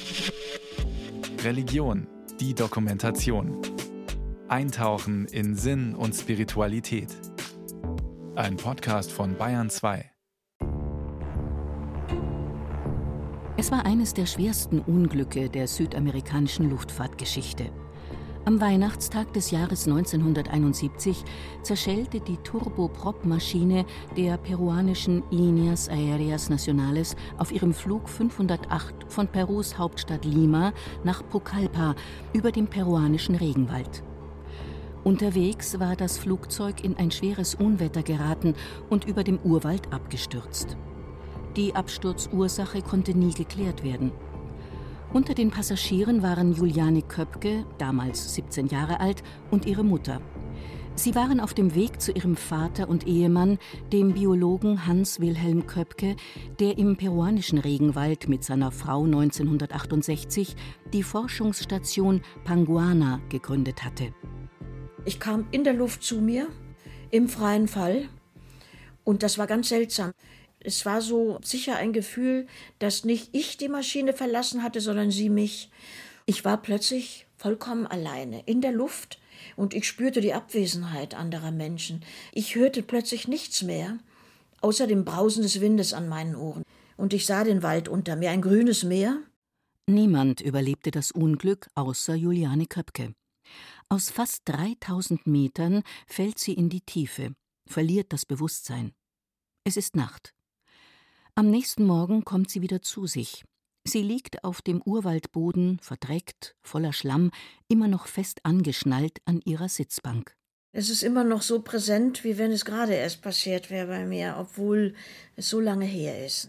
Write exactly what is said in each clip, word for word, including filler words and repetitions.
Religion, die Dokumentation. Eintauchen in Sinn und Spiritualität. Ein Podcast von Bayern zwei. Es war eines der schwersten Unglücke der südamerikanischen Luftfahrtgeschichte. Am Weihnachtstag des Jahres neunzehnhunderteinundsiebzig zerschellte die Turboprop-Maschine der peruanischen Líneas Aéreas Nacionales auf ihrem Flug fünfhundertacht von Perus Hauptstadt Lima nach Pucallpa über dem peruanischen Regenwald. Unterwegs war das Flugzeug in ein schweres Unwetter geraten und über dem Urwald abgestürzt. Die Absturzursache konnte nie geklärt werden. Unter den Passagieren waren Juliane Köpke, damals siebzehn Jahre alt, und ihre Mutter. Sie waren auf dem Weg zu ihrem Vater und Ehemann, dem Biologen Hans Wilhelm Köpke, der im peruanischen Regenwald mit seiner Frau neunzehnhundertachtundsechzig die Forschungsstation Panguana gegründet hatte. Ich kam in der Luft zu mir, im freien Fall, und das war ganz seltsam. Es war so sicher ein Gefühl, dass nicht ich die Maschine verlassen hatte, sondern sie mich. Ich war plötzlich vollkommen alleine in der Luft und ich spürte die Abwesenheit anderer Menschen. Ich hörte plötzlich nichts mehr, außer dem Brausen des Windes an meinen Ohren. Und ich sah den Wald unter mir, ein grünes Meer. Niemand überlebte das Unglück außer Juliane Köpke. Aus fast dreitausend Metern fällt sie in die Tiefe, verliert das Bewusstsein. Es ist Nacht. Am nächsten Morgen kommt sie wieder zu sich. Sie liegt auf dem Urwaldboden, verdreckt, voller Schlamm, immer noch fest angeschnallt an ihrer Sitzbank. Es ist immer noch so präsent, wie wenn es gerade erst passiert wäre bei mir, obwohl es so lange her ist.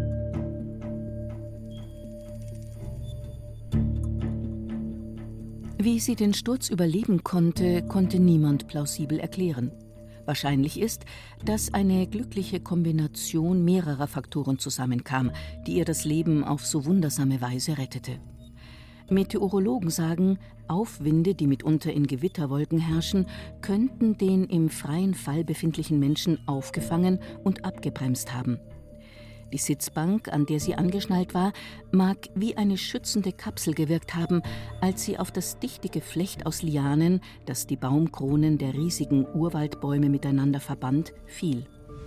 Wie sie den Sturz überleben konnte, konnte niemand plausibel erklären. Wahrscheinlich ist, dass eine glückliche Kombination mehrerer Faktoren zusammenkam, die ihr das Leben auf so wundersame Weise rettete. Meteorologen sagen, Aufwinde, die mitunter in Gewitterwolken herrschen, könnten den im freien Fall befindlichen Menschen aufgefangen und abgebremst haben. Die Sitzbank, an der sie angeschnallt war, mag wie eine schützende Kapsel gewirkt haben, als sie auf das dichte Geflecht aus Lianen, das die Baumkronen der riesigen Urwaldbäume miteinander verband, fiel.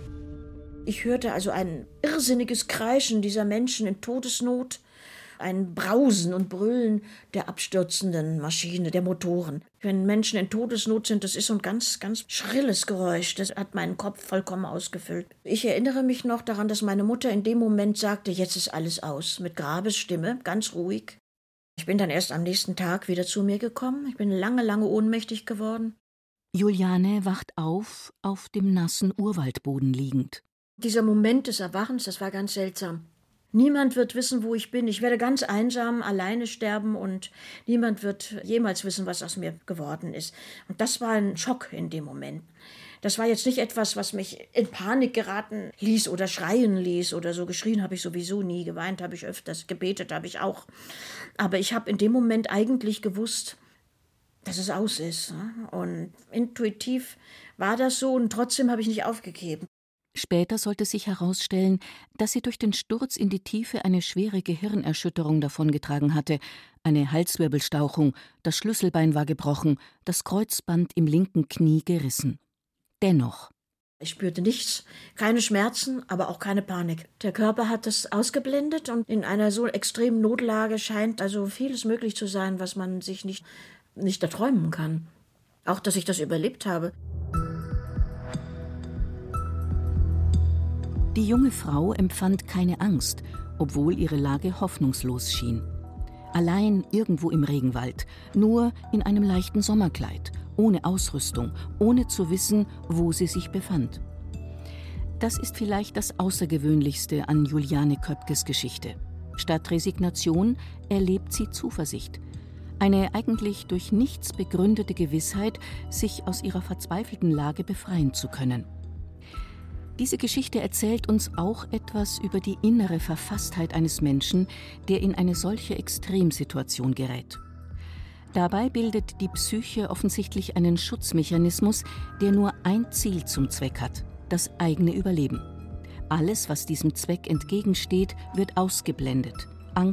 Ich hörte also ein irrsinniges Kreischen dieser Menschen in Todesnot, ein Brausen und Brüllen der abstürzenden Maschine, der Motoren. Wenn Menschen in Todesnot sind, das ist so ein ganz, ganz schrilles Geräusch. Das hat meinen Kopf vollkommen ausgefüllt. Ich erinnere mich noch daran, dass meine Mutter in dem Moment sagte, jetzt ist alles aus, mit Grabesstimme, ganz ruhig. Ich bin dann erst am nächsten Tag wieder zu mir gekommen. Ich bin lange, lange ohnmächtig geworden. Juliane wacht auf, auf dem nassen Urwaldboden liegend. Dieser Moment des Erwachens, das war ganz seltsam. Niemand wird wissen, wo ich bin. Ich werde ganz einsam, alleine sterben und niemand wird jemals wissen, was aus mir geworden ist. Und das war ein Schock in dem Moment. Das war jetzt nicht etwas, was mich in Panik geraten ließ oder schreien ließ oder so. Geschrien habe ich sowieso nie, geweint habe ich öfters, gebetet habe ich auch. Aber ich habe in dem Moment eigentlich gewusst, dass es aus ist. Und intuitiv war das so und trotzdem habe ich nicht aufgegeben. Später sollte sich herausstellen, dass sie durch den Sturz in die Tiefe eine schwere Gehirnerschütterung davongetragen hatte, eine Halswirbelstauchung, das Schlüsselbein war gebrochen, das Kreuzband im linken Knie gerissen. Dennoch. Ich spürte nichts, keine Schmerzen, aber auch keine Panik. Der Körper hat das ausgeblendet und in einer so extremen Notlage scheint also vieles möglich zu sein, was man sich nicht, nicht erträumen kann. Auch, dass ich das überlebt habe. Die junge Frau empfand keine Angst, obwohl ihre Lage hoffnungslos schien. Allein irgendwo im Regenwald, nur in einem leichten Sommerkleid, ohne Ausrüstung, ohne zu wissen, wo sie sich befand. Das ist vielleicht das Außergewöhnlichste an Juliane Köpkes Geschichte. Statt Resignation erlebt sie Zuversicht. Eine eigentlich durch nichts begründete Gewissheit, sich aus ihrer verzweifelten Lage befreien zu können. Diese Geschichte erzählt uns auch etwas über die innere Verfasstheit eines Menschen, der in eine solche Extremsituation gerät. Dabei bildet die Psyche offensichtlich einen Schutzmechanismus, der nur ein Ziel zum Zweck hat: das eigene Überleben. Alles, was diesem Zweck entgegensteht, wird ausgeblendet. Angst,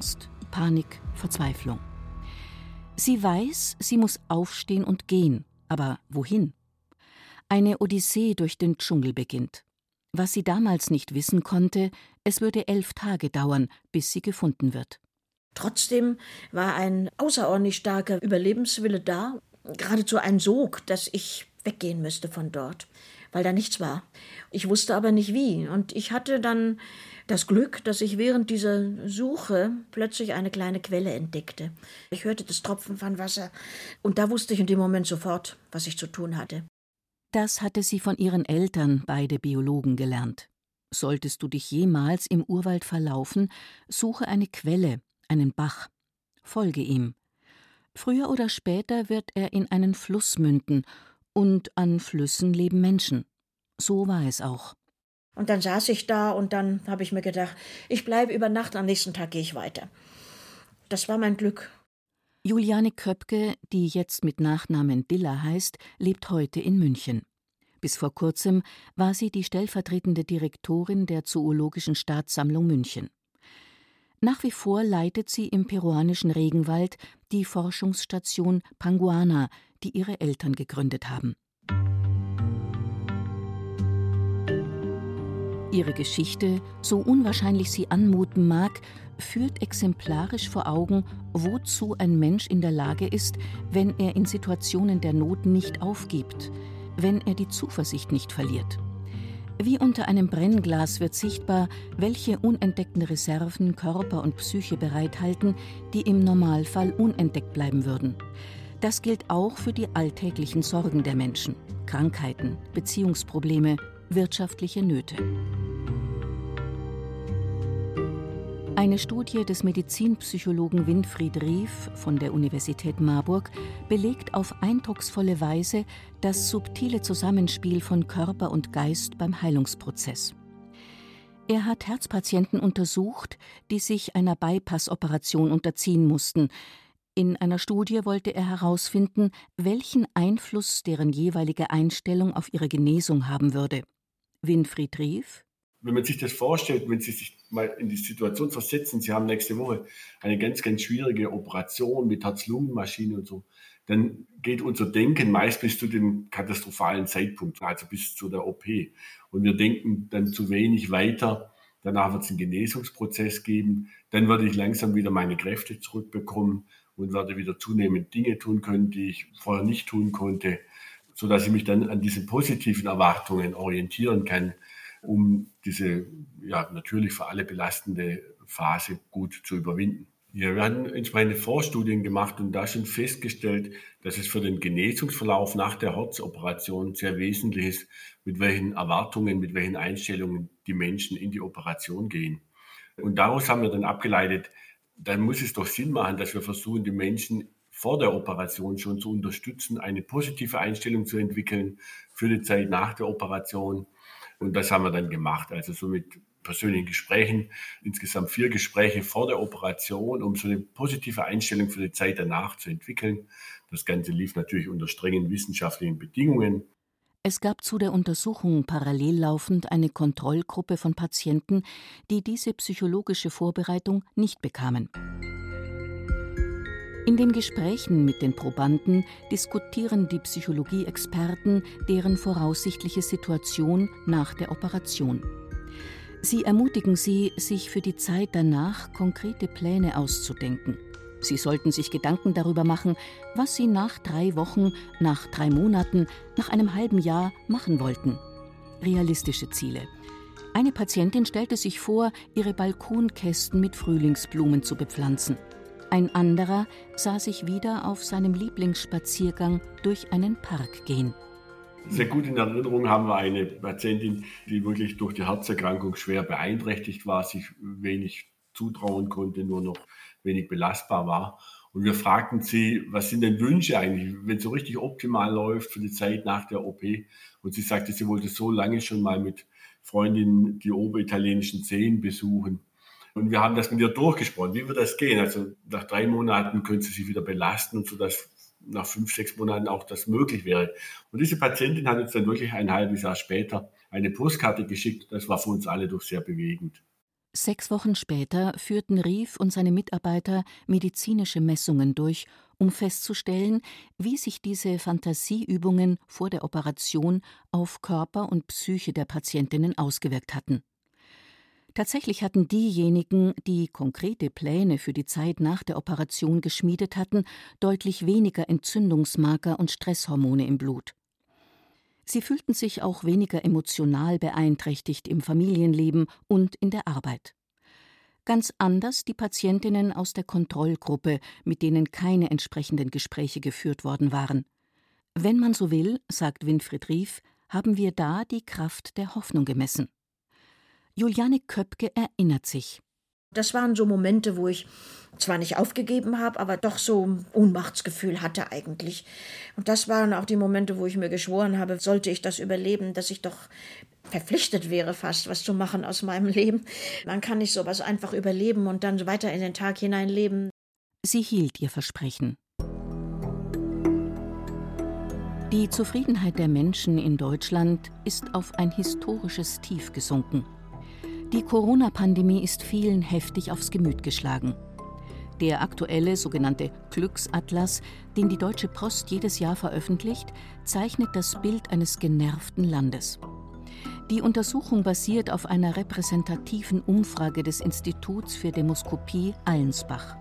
Panik, Verzweiflung. Sie weiß, sie muss aufstehen und gehen, aber wohin? Eine Odyssee durch den Dschungel beginnt. Was sie damals nicht wissen konnte, es würde elf Tage dauern, bis sie gefunden wird. Trotzdem war ein außerordentlich starker Überlebenswille da, geradezu ein Sog, dass ich weggehen müsste von dort, weil da nichts war. Ich wusste aber nicht wie. Und ich hatte dann das Glück, dass ich während dieser Suche plötzlich eine kleine Quelle entdeckte. Ich hörte das Tropfen von Wasser und da wusste ich in dem Moment sofort, was ich zu tun hatte. Das hatte sie von ihren Eltern, beide Biologen, gelernt. Solltest du dich jemals im Urwald verlaufen, suche eine Quelle, einen Bach. Folge ihm. Früher oder später wird er in einen Fluss münden, und an Flüssen leben Menschen. So war es auch. Und dann saß ich da und dann habe ich mir gedacht, ich bleibe über Nacht, am nächsten Tag gehe ich weiter. Das war mein Glück. Juliane Köpke, die jetzt mit Nachnamen Diller heißt, lebt heute in München. Bis vor kurzem war sie die stellvertretende Direktorin der Zoologischen Staatssammlung München. Nach wie vor leitet sie im peruanischen Regenwald die Forschungsstation Panguana, die ihre Eltern gegründet haben. Ihre Geschichte, so unwahrscheinlich sie anmuten mag, führt exemplarisch vor Augen, wozu ein Mensch in der Lage ist, wenn er in Situationen der Not nicht aufgibt, wenn er die Zuversicht nicht verliert. Wie unter einem Brennglas wird sichtbar, welche unentdeckten Reserven Körper und Psyche bereithalten, die im Normalfall unentdeckt bleiben würden. Das gilt auch für die alltäglichen Sorgen der Menschen: Krankheiten, Beziehungsprobleme, wirtschaftliche Nöte. Eine Studie des Medizinpsychologen Winfried Rief von der Universität Marburg belegt auf eindrucksvolle Weise das subtile Zusammenspiel von Körper und Geist beim Heilungsprozess. Er hat Herzpatienten untersucht, die sich einer Bypass-Operation unterziehen mussten. In einer Studie wollte er herausfinden, welchen Einfluss deren jeweilige Einstellung auf ihre Genesung haben würde. Winfried Rief: Wenn man sich das vorstellt, wenn Sie sich mal in die Situation versetzen, Sie haben nächste Woche eine ganz, ganz schwierige Operation mit Herz-Lungen-Maschine und so, dann geht unser Denken meist bis zu dem katastrophalen Zeitpunkt, also bis zu der O P. Und wir denken dann zu wenig weiter. Danach wird es einen Genesungsprozess geben. Dann werde ich langsam wieder meine Kräfte zurückbekommen und werde wieder zunehmend Dinge tun können, die ich vorher nicht tun konnte, sodass ich mich dann an diesen positiven Erwartungen orientieren kann, um diese ja natürlich für alle belastende Phase gut zu überwinden. Ja, wir hatten entsprechende Vorstudien gemacht und da schon festgestellt, dass es für den Genesungsverlauf nach der Herzoperation sehr wesentlich ist, mit welchen Erwartungen, mit welchen Einstellungen die Menschen in die Operation gehen. Und daraus haben wir dann abgeleitet, dann muss es doch Sinn machen, dass wir versuchen, die Menschen vor der Operation schon zu unterstützen, eine positive Einstellung zu entwickeln für die Zeit nach der Operation. Und das haben wir dann gemacht, also so mit persönlichen Gesprächen, insgesamt vier Gespräche vor der Operation, um so eine positive Einstellung für die Zeit danach zu entwickeln. Das Ganze lief natürlich unter strengen wissenschaftlichen Bedingungen. Es gab zu der Untersuchung parallel laufend eine Kontrollgruppe von Patienten, die diese psychologische Vorbereitung nicht bekamen. In den Gesprächen mit den Probanden diskutieren die Psychologie-Experten deren voraussichtliche Situation nach der Operation. Sie ermutigen sie, sich für die Zeit danach konkrete Pläne auszudenken. Sie sollten sich Gedanken darüber machen, was sie nach drei Wochen, nach drei Monaten, nach einem halben Jahr machen wollten. Realistische Ziele. Eine Patientin stellte sich vor, ihre Balkonkästen mit Frühlingsblumen zu bepflanzen. Ein anderer sah sich wieder auf seinem Lieblingsspaziergang durch einen Park gehen. Sehr gut in Erinnerung haben wir eine Patientin, die wirklich durch die Herzerkrankung schwer beeinträchtigt war, sich wenig zutrauen konnte, nur noch wenig belastbar war. Und wir fragten sie, was sind denn Wünsche eigentlich, wenn es so richtig optimal läuft für die Zeit nach der O P. Und sie sagte, sie wollte so lange schon mal mit Freundinnen die oberitalienischen Seen besuchen. Und wir haben das mit ihr durchgesprochen, wie wird das gehen? Also nach drei Monaten könnte sie sich wieder belasten und so, dass nach fünf, sechs Monaten auch das möglich wäre. Und diese Patientin hat uns dann wirklich ein halbes Jahr später eine Postkarte geschickt. Das war für uns alle doch sehr bewegend. Sechs Wochen später führten Rief und seine Mitarbeiter medizinische Messungen durch, um festzustellen, wie sich diese Fantasieübungen vor der Operation auf Körper und Psyche der Patientinnen ausgewirkt hatten. Tatsächlich hatten diejenigen, die konkrete Pläne für die Zeit nach der Operation geschmiedet hatten, deutlich weniger Entzündungsmarker und Stresshormone im Blut. Sie fühlten sich auch weniger emotional beeinträchtigt im Familienleben und in der Arbeit. Ganz anders die Patientinnen aus der Kontrollgruppe, mit denen keine entsprechenden Gespräche geführt worden waren. Wenn man so will, sagt Winfried Rief, haben wir da die Kraft der Hoffnung gemessen. Juliane Köpke erinnert sich. Das waren so Momente, wo ich zwar nicht aufgegeben habe, aber doch so ein Ohnmachtsgefühl hatte eigentlich. Und das waren auch die Momente, wo ich mir geschworen habe, sollte ich das überleben, dass ich doch verpflichtet wäre fast, was zu machen aus meinem Leben. Man kann nicht sowas einfach überleben und dann weiter in den Tag hineinleben. Sie hielt ihr Versprechen. Die Zufriedenheit der Menschen in Deutschland ist auf ein historisches Tief gesunken. Die Corona-Pandemie ist vielen heftig aufs Gemüt geschlagen. Der aktuelle sogenannte Glücksatlas, den die Deutsche Post jedes Jahr veröffentlicht, zeichnet das Bild eines genervten Landes. Die Untersuchung basiert auf einer repräsentativen Umfrage des Instituts für Demoskopie Allensbach.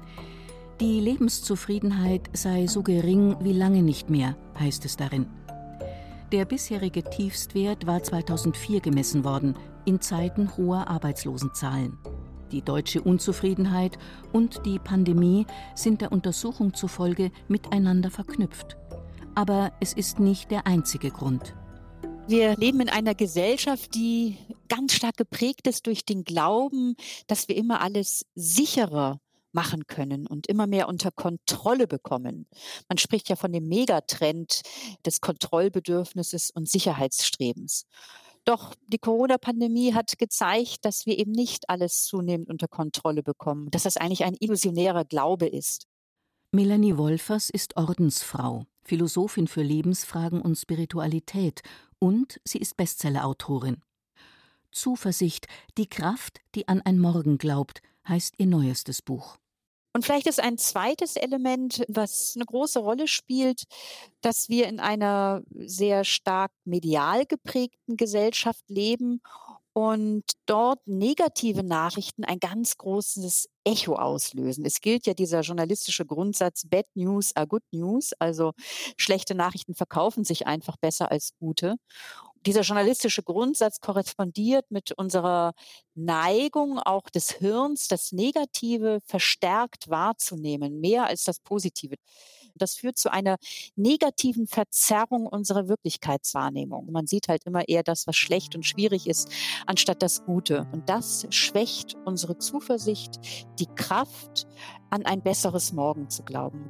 Die Lebenszufriedenheit sei so gering wie lange nicht mehr, heißt es darin. Der bisherige Tiefstwert war zweitausendvier gemessen worden, in Zeiten hoher Arbeitslosenzahlen. Die deutsche Unzufriedenheit und die Pandemie sind der Untersuchung zufolge miteinander verknüpft. Aber es ist nicht der einzige Grund. Wir leben in einer Gesellschaft, die ganz stark geprägt ist durch den Glauben, dass wir immer alles sicherer machen können und immer mehr unter Kontrolle bekommen. Man spricht ja von dem Megatrend des Kontrollbedürfnisses und Sicherheitsstrebens. Doch die Corona-Pandemie hat gezeigt, dass wir eben nicht alles zunehmend unter Kontrolle bekommen, dass das eigentlich ein illusionärer Glaube ist. Melanie Wolfers ist Ordensfrau, Philosophin für Lebensfragen und Spiritualität und sie ist Bestsellerautorin. Zuversicht, die Kraft, die an ein Morgen glaubt, heißt ihr neuestes Buch. Und vielleicht ist ein zweites Element, was eine große Rolle spielt, dass wir in einer sehr stark medial geprägten Gesellschaft leben und dort negative Nachrichten ein ganz großes Echo auslösen. Es gilt ja dieser journalistische Grundsatz, Bad News are good news, also schlechte Nachrichten verkaufen sich einfach besser als gute. Dieser journalistische Grundsatz korrespondiert mit unserer Neigung auch des Hirns, das Negative verstärkt wahrzunehmen, mehr als das Positive. Das führt zu einer negativen Verzerrung unserer Wirklichkeitswahrnehmung. Man sieht halt immer eher das, was schlecht und schwierig ist, anstatt das Gute. Und das schwächt unsere Zuversicht, die Kraft, an ein besseres Morgen zu glauben.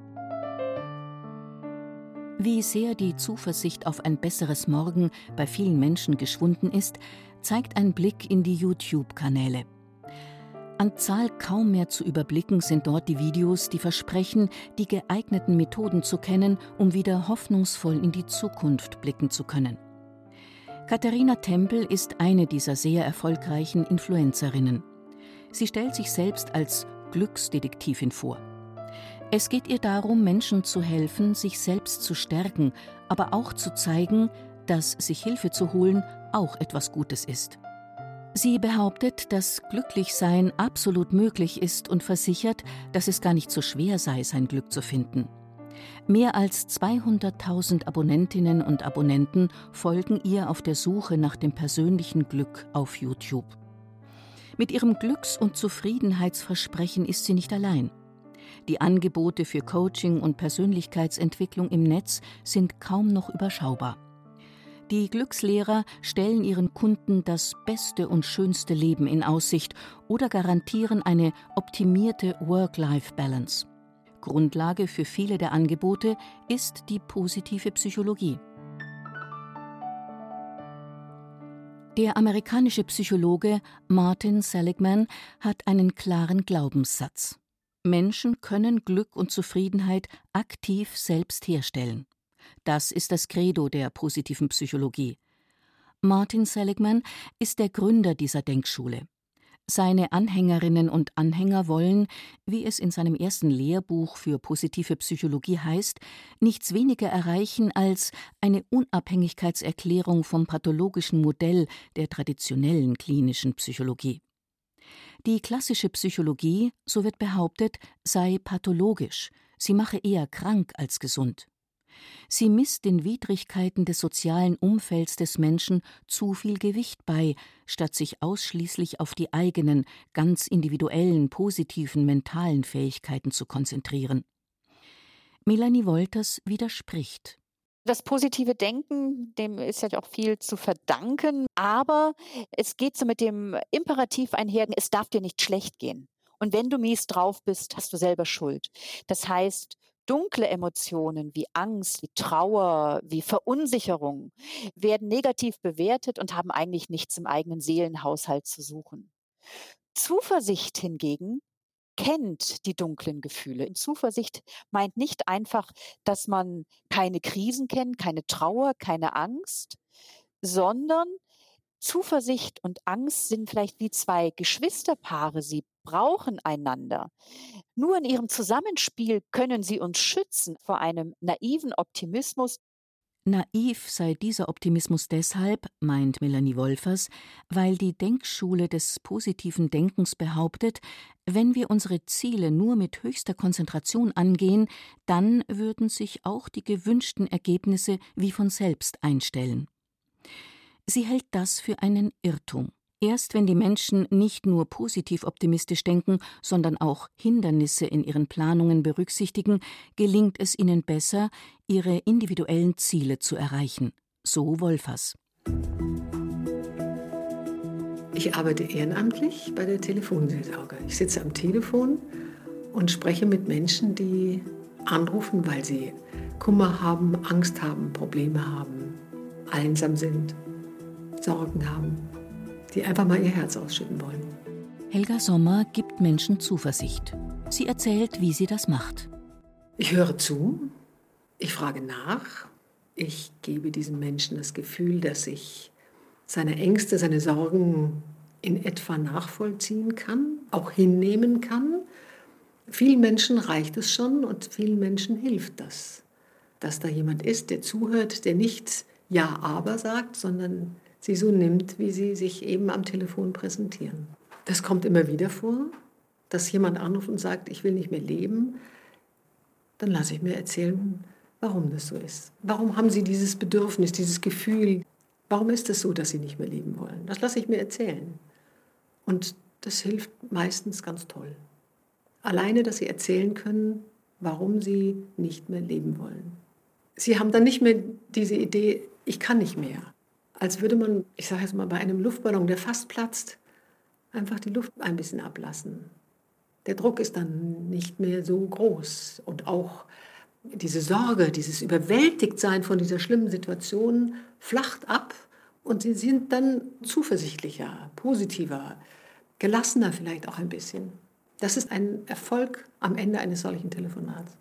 Wie sehr die Zuversicht auf ein besseres Morgen bei vielen Menschen geschwunden ist, zeigt ein Blick in die YouTube-Kanäle. An Zahl kaum mehr zu überblicken sind dort die Videos, die versprechen, die geeigneten Methoden zu kennen, um wieder hoffnungsvoll in die Zukunft blicken zu können. Katharina Tempel ist eine dieser sehr erfolgreichen Influencerinnen. Sie stellt sich selbst als Glücksdetektivin vor. Es geht ihr darum, Menschen zu helfen, sich selbst zu stärken, aber auch zu zeigen, dass sich Hilfe zu holen auch etwas Gutes ist. Sie behauptet, dass Glücklichsein absolut möglich ist und versichert, dass es gar nicht so schwer sei, sein Glück zu finden. Mehr als zweihunderttausend Abonnentinnen und Abonnenten folgen ihr auf der Suche nach dem persönlichen Glück auf YouTube. Mit ihrem Glücks- und Zufriedenheitsversprechen ist sie nicht allein. Die Angebote für Coaching und Persönlichkeitsentwicklung im Netz sind kaum noch überschaubar. Die Glückslehrer stellen ihren Kunden das beste und schönste Leben in Aussicht oder garantieren eine optimierte Work-Life-Balance. Grundlage für viele der Angebote ist die positive Psychologie. Der amerikanische Psychologe Martin Seligman hat einen klaren Glaubenssatz. Menschen können Glück und Zufriedenheit aktiv selbst herstellen. Das ist das Credo der positiven Psychologie. Martin Seligman ist der Gründer dieser Denkschule. Seine Anhängerinnen und Anhänger wollen, wie es in seinem ersten Lehrbuch für positive Psychologie heißt, nichts weniger erreichen als eine Unabhängigkeitserklärung vom pathologischen Modell der traditionellen klinischen Psychologie. Die klassische Psychologie, so wird behauptet, sei pathologisch, sie mache eher krank als gesund. Sie misst den Widrigkeiten des sozialen Umfelds des Menschen zu viel Gewicht bei, statt sich ausschließlich auf die eigenen, ganz individuellen, positiven mentalen Fähigkeiten zu konzentrieren. Melanie Wolters widerspricht. Das positive Denken, dem ist ja auch viel zu verdanken, aber es geht so mit dem Imperativ einher, es darf dir nicht schlecht gehen. Und wenn du mies drauf bist, hast du selber Schuld. Das heißt, dunkle Emotionen wie Angst, wie Trauer, wie Verunsicherung werden negativ bewertet und haben eigentlich nichts im eigenen Seelenhaushalt zu suchen. Zuversicht hingegen kennt die dunklen Gefühle. Zuversicht meint nicht einfach, dass man keine Krisen kennt, keine Trauer, keine Angst, sondern Zuversicht und Angst sind vielleicht wie zwei Geschwisterpaare. Sie brauchen einander. Nur in ihrem Zusammenspiel können sie uns schützen vor einem naiven Optimismus. Naiv sei dieser Optimismus deshalb, meint Melanie Wolfers, weil die Denkschule des positiven Denkens behauptet, wenn wir unsere Ziele nur mit höchster Konzentration angehen, dann würden sich auch die gewünschten Ergebnisse wie von selbst einstellen. Sie hält das für einen Irrtum. Erst wenn die Menschen nicht nur positiv optimistisch denken, sondern auch Hindernisse in ihren Planungen berücksichtigen, gelingt es ihnen besser, ihre individuellen Ziele zu erreichen. So Wolfers. Ich arbeite ehrenamtlich bei der Telefonseelsorge. Ich sitze am Telefon und spreche mit Menschen, die anrufen, weil sie Kummer haben, Angst haben, Probleme haben, einsam sind, Sorgen haben, die einfach mal ihr Herz ausschütten wollen. Helga Sommer gibt Menschen Zuversicht. Sie erzählt, wie sie das macht. Ich höre zu, ich frage nach, ich gebe diesem Menschen das Gefühl, dass ich seine Ängste, seine Sorgen in etwa nachvollziehen kann, auch hinnehmen kann. Vielen Menschen reicht es schon und vielen Menschen hilft das, dass da jemand ist, der zuhört, der nicht Ja, aber sagt, sondern sie so nimmt, wie sie sich eben am Telefon präsentieren. Das kommt immer wieder vor, dass jemand anruft und sagt, ich will nicht mehr leben. Dann lasse ich mir erzählen, warum das so ist. Warum haben sie dieses Bedürfnis, dieses Gefühl? Warum ist es so, dass sie nicht mehr leben wollen? Das lasse ich mir erzählen. Und das hilft meistens ganz toll. Alleine, dass sie erzählen können, warum sie nicht mehr leben wollen. Sie haben dann nicht mehr diese Idee, ich kann nicht mehr. Als würde man, ich sage jetzt mal, bei einem Luftballon, der fast platzt, einfach die Luft ein bisschen ablassen. Der Druck ist dann nicht mehr so groß. Und auch diese Sorge, dieses Überwältigtsein von dieser schlimmen Situation flacht ab und sie sind dann zuversichtlicher, positiver, gelassener vielleicht auch ein bisschen. Das ist ein Erfolg am Ende eines solchen Telefonats.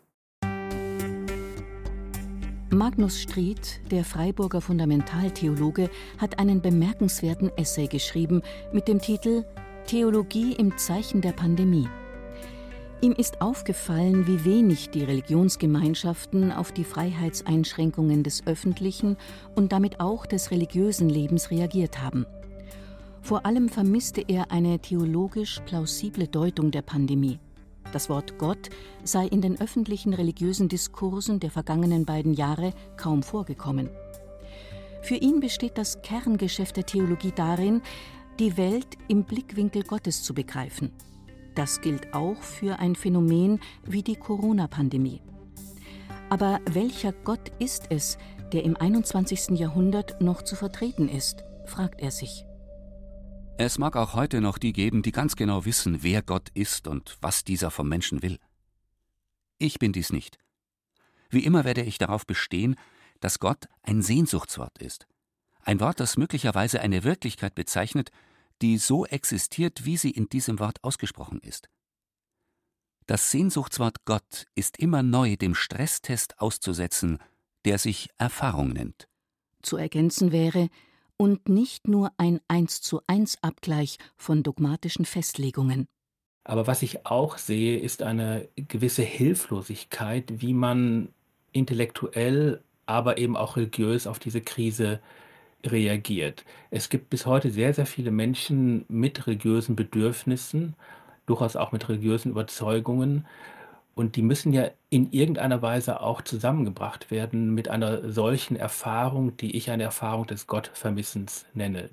Magnus Stried, der Freiburger Fundamentaltheologe, hat einen bemerkenswerten Essay geschrieben mit dem Titel »Theologie im Zeichen der Pandemie«. Ihm ist aufgefallen, wie wenig die Religionsgemeinschaften auf die Freiheitseinschränkungen des öffentlichen und damit auch des religiösen Lebens reagiert haben. Vor allem vermisste er eine theologisch plausible Deutung der Pandemie. Das Wort Gott sei in den öffentlichen religiösen Diskursen der vergangenen beiden Jahre kaum vorgekommen. Für ihn besteht das Kerngeschäft der Theologie darin, die Welt im Blickwinkel Gottes zu begreifen. Das gilt auch für ein Phänomen wie die Corona-Pandemie. Aber welcher Gott ist es, der im einundzwanzigsten Jahrhundert noch zu vertreten ist, fragt er sich. Es mag auch heute noch die geben, die ganz genau wissen, wer Gott ist und was dieser vom Menschen will. Ich bin dies nicht. Wie immer werde ich darauf bestehen, dass Gott ein Sehnsuchtswort ist. Ein Wort, das möglicherweise eine Wirklichkeit bezeichnet, die so existiert, wie sie in diesem Wort ausgesprochen ist. Das Sehnsuchtswort Gott ist immer neu dem Stresstest auszusetzen, der sich Erfahrung nennt. Zu ergänzen wäre, und nicht nur ein eins zu eins Abgleich von dogmatischen Festlegungen. Aber was ich auch sehe, ist eine gewisse Hilflosigkeit, wie man intellektuell, aber eben auch religiös auf diese Krise reagiert. Es gibt bis heute sehr, sehr viele Menschen mit religiösen Bedürfnissen, durchaus auch mit religiösen Überzeugungen. Und die müssen ja in irgendeiner Weise auch zusammengebracht werden mit einer solchen Erfahrung, die ich eine Erfahrung des Gottvermissens nenne.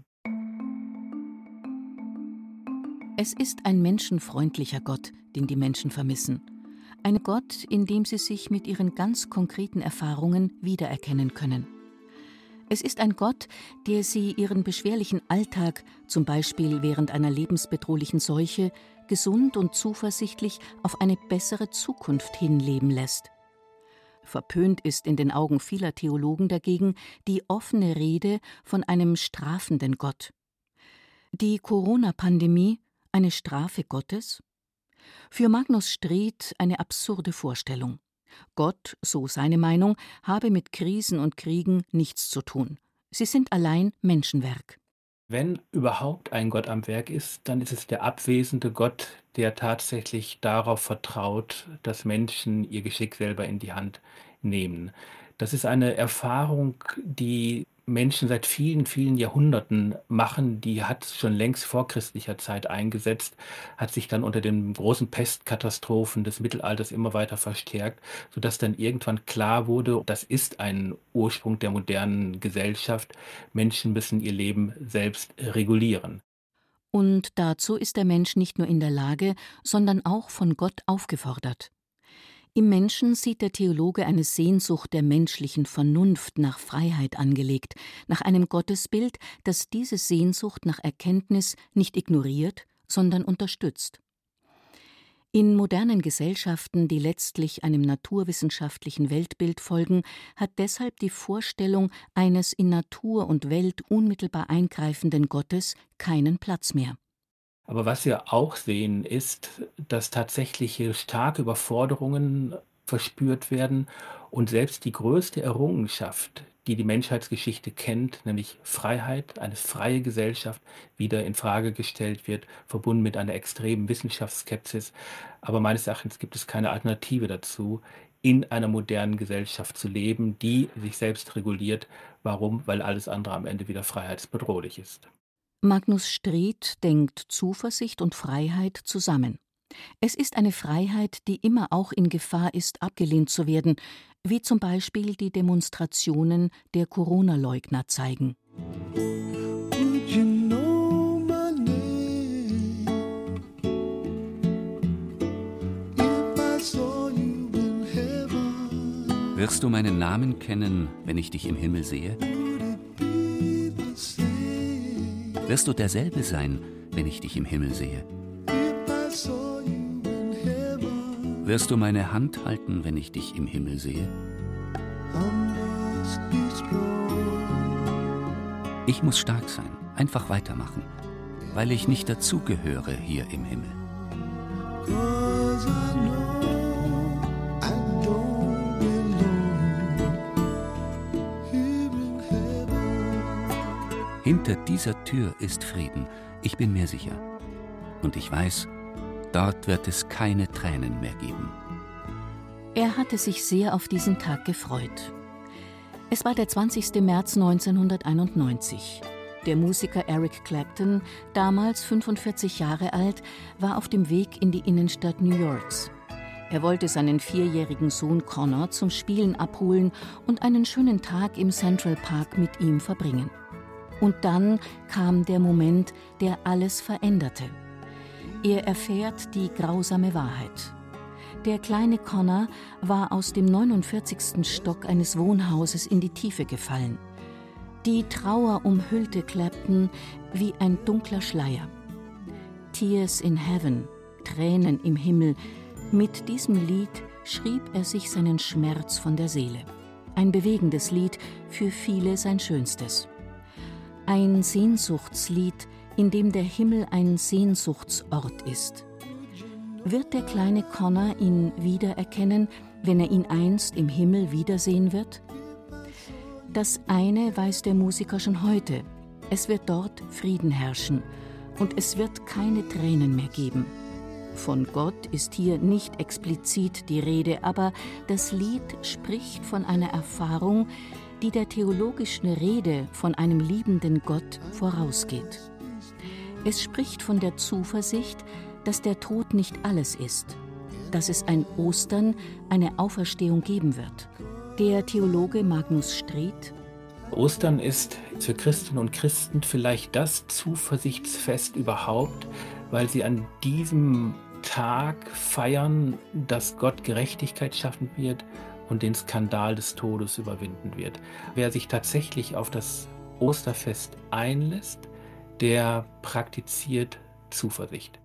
Es ist ein menschenfreundlicher Gott, den die Menschen vermissen. Ein Gott, in dem sie sich mit ihren ganz konkreten Erfahrungen wiedererkennen können. Es ist ein Gott, der sie ihren beschwerlichen Alltag, zum Beispiel während einer lebensbedrohlichen Seuche, gesund und zuversichtlich auf eine bessere Zukunft hinleben lässt. Verpönt ist in den Augen vieler Theologen dagegen die offene Rede von einem strafenden Gott. Die Corona-Pandemie, eine Strafe Gottes? Für Magnus Street eine absurde Vorstellung. Gott, so seine Meinung, habe mit Krisen und Kriegen nichts zu tun. Sie sind allein Menschenwerk. Wenn überhaupt ein Gott am Werk ist, dann ist es der abwesende Gott, der tatsächlich darauf vertraut, dass Menschen ihr Geschick selber in die Hand nehmen. Das ist eine Erfahrung, die Menschen seit vielen, vielen Jahrhunderten machen, die hat schon längst vor christlicher Zeit eingesetzt, hat sich dann unter den großen Pestkatastrophen des Mittelalters immer weiter verstärkt, sodass dann irgendwann klar wurde, das ist ein Ursprung der modernen Gesellschaft. Menschen müssen ihr Leben selbst regulieren. Und dazu ist der Mensch nicht nur in der Lage, sondern auch von Gott aufgefordert. Im Menschen sieht der Theologe eine Sehnsucht der menschlichen Vernunft nach Freiheit angelegt, nach einem Gottesbild, das diese Sehnsucht nach Erkenntnis nicht ignoriert, sondern unterstützt. In modernen Gesellschaften, die letztlich einem naturwissenschaftlichen Weltbild folgen, hat deshalb die Vorstellung eines in Natur und Welt unmittelbar eingreifenden Gottes keinen Platz mehr. Aber was wir auch sehen, ist, dass tatsächliche starke Überforderungen verspürt werden und selbst die größte Errungenschaft, die die Menschheitsgeschichte kennt, nämlich Freiheit, eine freie Gesellschaft, wieder in Frage gestellt wird, verbunden mit einer extremen Wissenschaftsskepsis. Aber meines Erachtens gibt es keine Alternative dazu, in einer modernen Gesellschaft zu leben, die sich selbst reguliert. Warum? Weil alles andere am Ende wieder freiheitsbedrohlich ist. Magnus Street denkt Zuversicht und Freiheit zusammen. Es ist eine Freiheit, die immer auch in Gefahr ist, abgelehnt zu werden, wie zum Beispiel die Demonstrationen der Corona-Leugner zeigen. Wirst du meinen Namen kennen, wenn ich dich im Himmel sehe? Wirst du derselbe sein, wenn ich dich im Himmel sehe? Wirst du meine Hand halten, wenn ich dich im Himmel sehe? Ich muss stark sein, einfach weitermachen, weil ich nicht dazugehöre hier im Himmel. Hinter dieser Tür ist Frieden, ich bin mir sicher. Und ich weiß, dort wird es keine Tränen mehr geben. Er hatte sich sehr auf diesen Tag gefreut. Es war der zwanzigsten März neunzehnhunderteinundneunzig. Der Musiker Eric Clapton, damals fünfundvierzig Jahre alt, war auf dem Weg in die Innenstadt New Yorks. Er wollte seinen vierjährigen Sohn Connor zum Spielen abholen und einen schönen Tag im Central Park mit ihm verbringen. Und dann kam der Moment, der alles veränderte. Er erfährt die grausame Wahrheit. Der kleine Connor war aus dem neunundvierzigsten Stock eines Wohnhauses in die Tiefe gefallen. Die Trauer umhüllte Clapton wie ein dunkler Schleier. Tears in Heaven, Tränen im Himmel, mit diesem Lied schrieb er sich seinen Schmerz von der Seele. Ein bewegendes Lied, für viele sein schönstes. Ein Sehnsuchtslied, in dem der Himmel ein Sehnsuchtsort ist. Wird der kleine Connor ihn wiedererkennen, wenn er ihn einst im Himmel wiedersehen wird? Das eine weiß der Musiker schon heute. Es wird dort Frieden herrschen und es wird keine Tränen mehr geben. Von Gott ist hier nicht explizit die Rede, aber das Lied spricht von einer Erfahrung, die der theologischen Rede von einem liebenden Gott vorausgeht. Es spricht von der Zuversicht, dass der Tod nicht alles ist, dass es ein Ostern, eine Auferstehung geben wird. Der Theologe Magnus Street: Ostern ist für Christinnen und Christen vielleicht das Zuversichtsfest überhaupt, weil sie an diesem Tag feiern, dass Gott Gerechtigkeit schaffen wird und den Skandal des Todes überwinden wird. Wer sich tatsächlich auf das Osterfest einlässt, der praktiziert Zuversicht.